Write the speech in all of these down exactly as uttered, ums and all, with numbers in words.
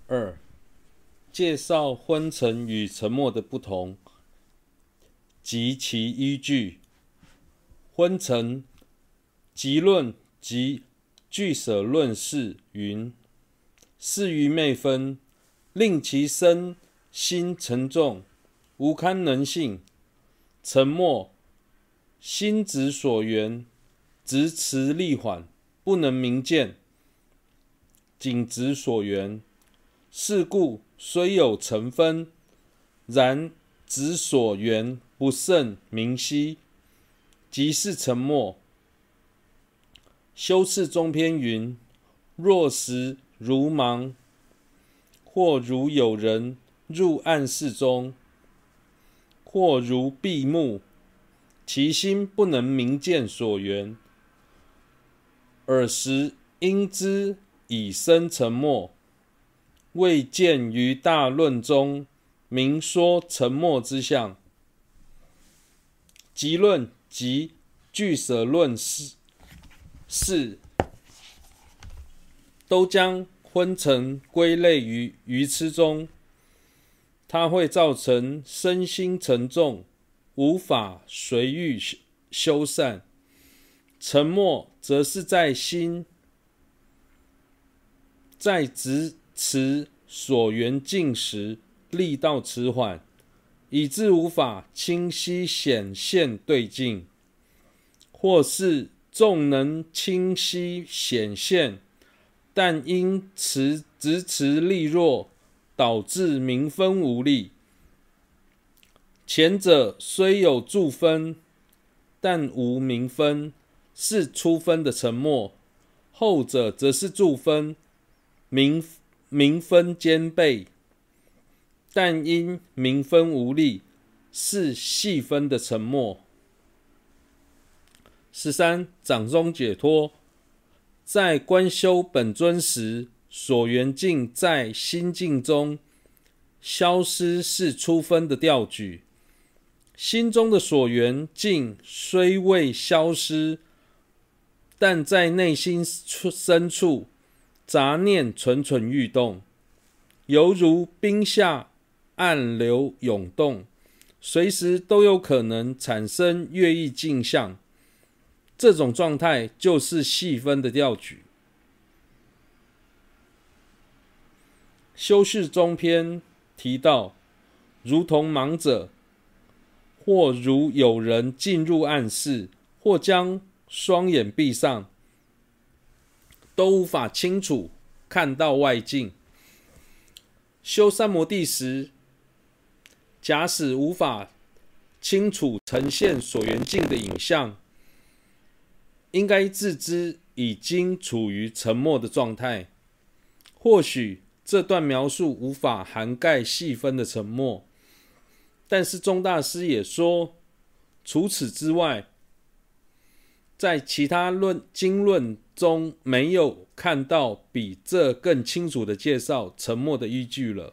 二、介绍昏沉与沉默的不同及其依据。昏沉集论及俱舍论释云：是于昧分，令其身心沉重，无堪能信；沉默，心执所缘，执持力缓，不能明见，仅执所缘。是故虽有成分，然执所缘不甚明晰，即是沉默。修次中篇云：若时如盲，或如有人入暗室中，或如闭目，其心不能明见所缘，尔时应知已生沉默。未见于大论中明说沉默之相。集论及俱舍论释都将昏沉归类于愚痴中，它会造成身心沉重，无法随欲修善。沉默则是在心在执持所缘境时力道迟缓，以致无法清晰显现对境，或是纵能清晰显现，但因持执持力弱，导致明分无力。前者虽有助分，但无明分，是初分的沉默；后者则是助分，明明分兼备，但因明分无力，是细分的沉默。十三、掌中解脱，在观修本尊时，所缘境在心境中消失，是初分的调举。心中的所缘境虽未消失，但在内心深处杂念蠢蠢欲动，犹如冰下暗流涌动，随时都有可能产生乐意镜像。这种状态就是细分的调举。修士中篇提到，如同盲者，或如有人进入暗室，或将双眼闭上，都无法清楚看到外境。修三摩地时，假使无法清楚呈现所缘境的影像，应该自知已经处于沉默的状态。或许这段描述无法涵盖细分的沉默，但是宗大师也说，除此之外，在其他论经论中没有看到比这更清楚的介绍沉默的依据了。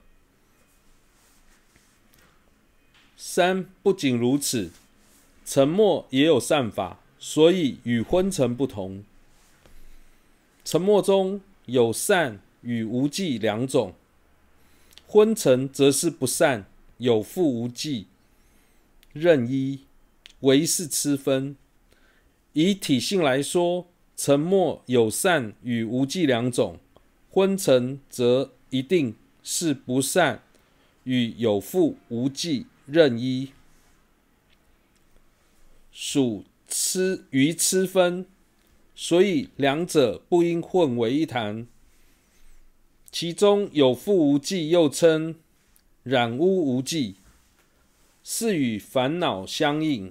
三、不仅如此，沉默也有善法，所以与昏沉不同。沉默中有善与无记两种，昏沉则是不善，有覆无记，任一，唯是痴分。以体性来说，沉默有善与无记两种，昏沉则一定是不善与有覆无记任一，属痴愚痴分，所以两者不应混为一谈。其中有覆无记又称染污无记，是与烦恼相应，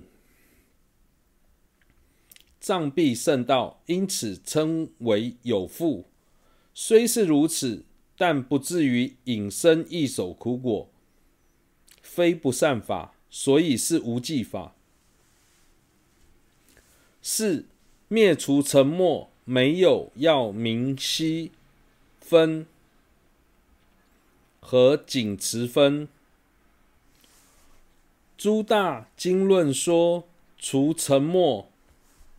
障蔽圣道，因此称为有覆。虽是如此，但不至于引生异手苦果，非不善法，所以是无记法。四、灭除沉默，没有要明晰分和仅持分。诸大经论说，除沉默，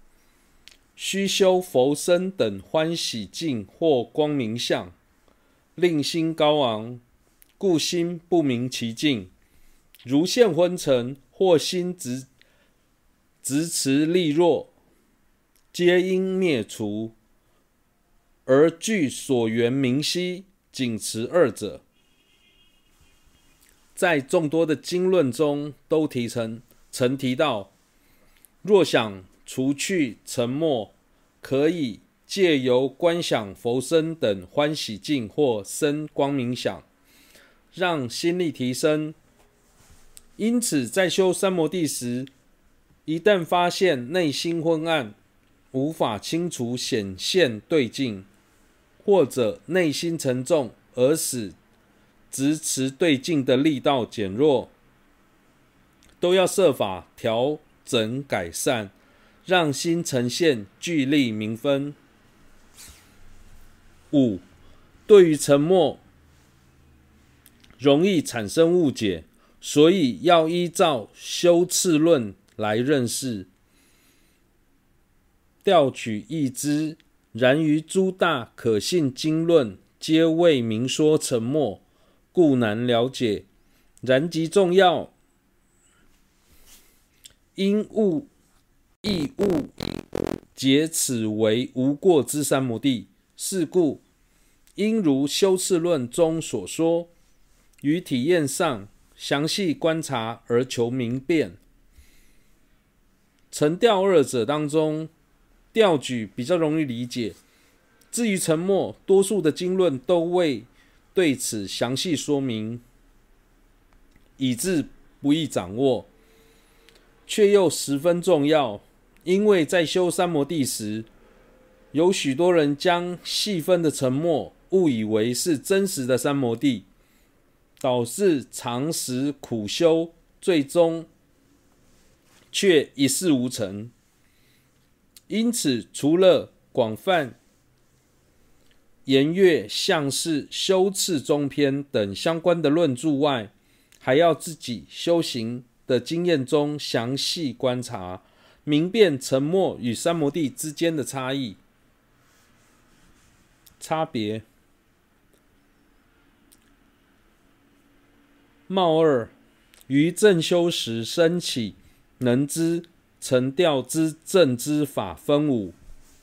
须修佛身等欢喜境或光明相， 令心高昂，故心不明其境。如现昏沉，或心直直持力弱，皆应灭除，而据所缘明晰，仅持二者。在众多的经论中，都提成曾提到，若想除去沉默，可以借由观想佛身等欢喜境或生光明想，让心力提升。因此，在修三摩地时，一旦发现内心昏暗，无法清楚显现对境，或者内心沉重而使直持对境的力道减弱，都要设法调整改善，让心呈现聚力明分。五、对于沉默容易产生误解，所以要依照修次论来认识。调取义之，然于诸大可信经论皆未明说沉默，故难了解。然极重要，因误亦误解此为无过之三摩地。是故应如修次论中所说，于体验上详细观察而求明辨。沉调二者当中，调举比较容易理解，至于沉默，多数的经论都未对此详细说明，以致不易掌握，却又十分重要。因为在修三摩地时，有许多人将细分的沉默误以为是真实的三摩地，导致长时苦修，最终却一事无成。因此，除了广泛研阅像是修次中篇等相关的论著外，还要自己修行的经验中详细观察，明辨沉默与三摩地之间的差异。差别。冒二，于正修时升起能知沉调之正知法分五。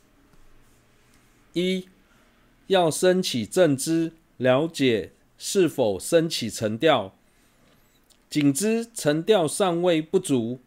一、要升起正知，了解是否升起沉调，仅知沉调尚未不足，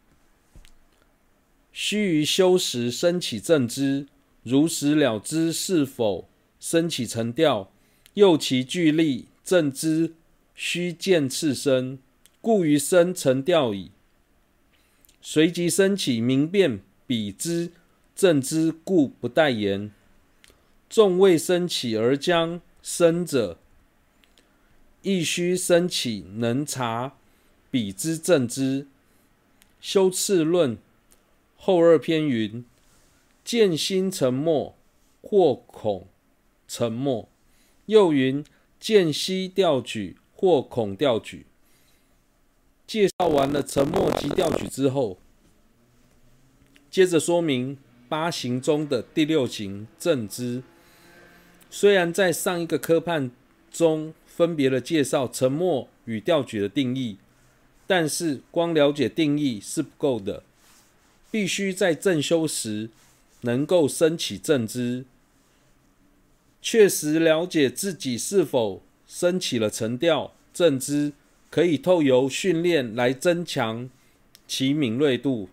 须于修时升起正知，如实了知是否升起沉调，又其具力正知须见次生，故于生沉调矣。随即升起明辨彼之正知，故不待言。众未升起而将生者，亦须升起能察彼之正知。修次论后二篇云：见心沉默，或恐沉默。又云：见息调举，或恐调举。介绍完了沉默及调举之后，接着说明八行中的第六行正知。虽然在上一个科判中分别了介绍沉默与调举的定义，但是光了解定义是不够的，必须在正修时能够升起正知，确实了解自己是否升起了沉调正知，可以透由训练来增强其敏锐度。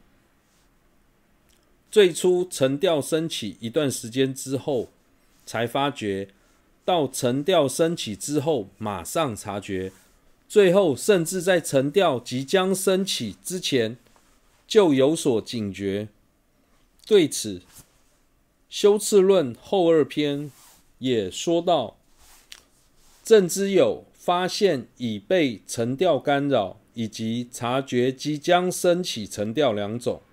最初沉调升起一段时间之后才发觉，到沉调升起之后马上察觉，最后甚至在沉调即将升起之前就有所警觉。对此，修次论后二篇也说到，正知有发现已被沉调干扰，以及察觉即将升起沉调两种。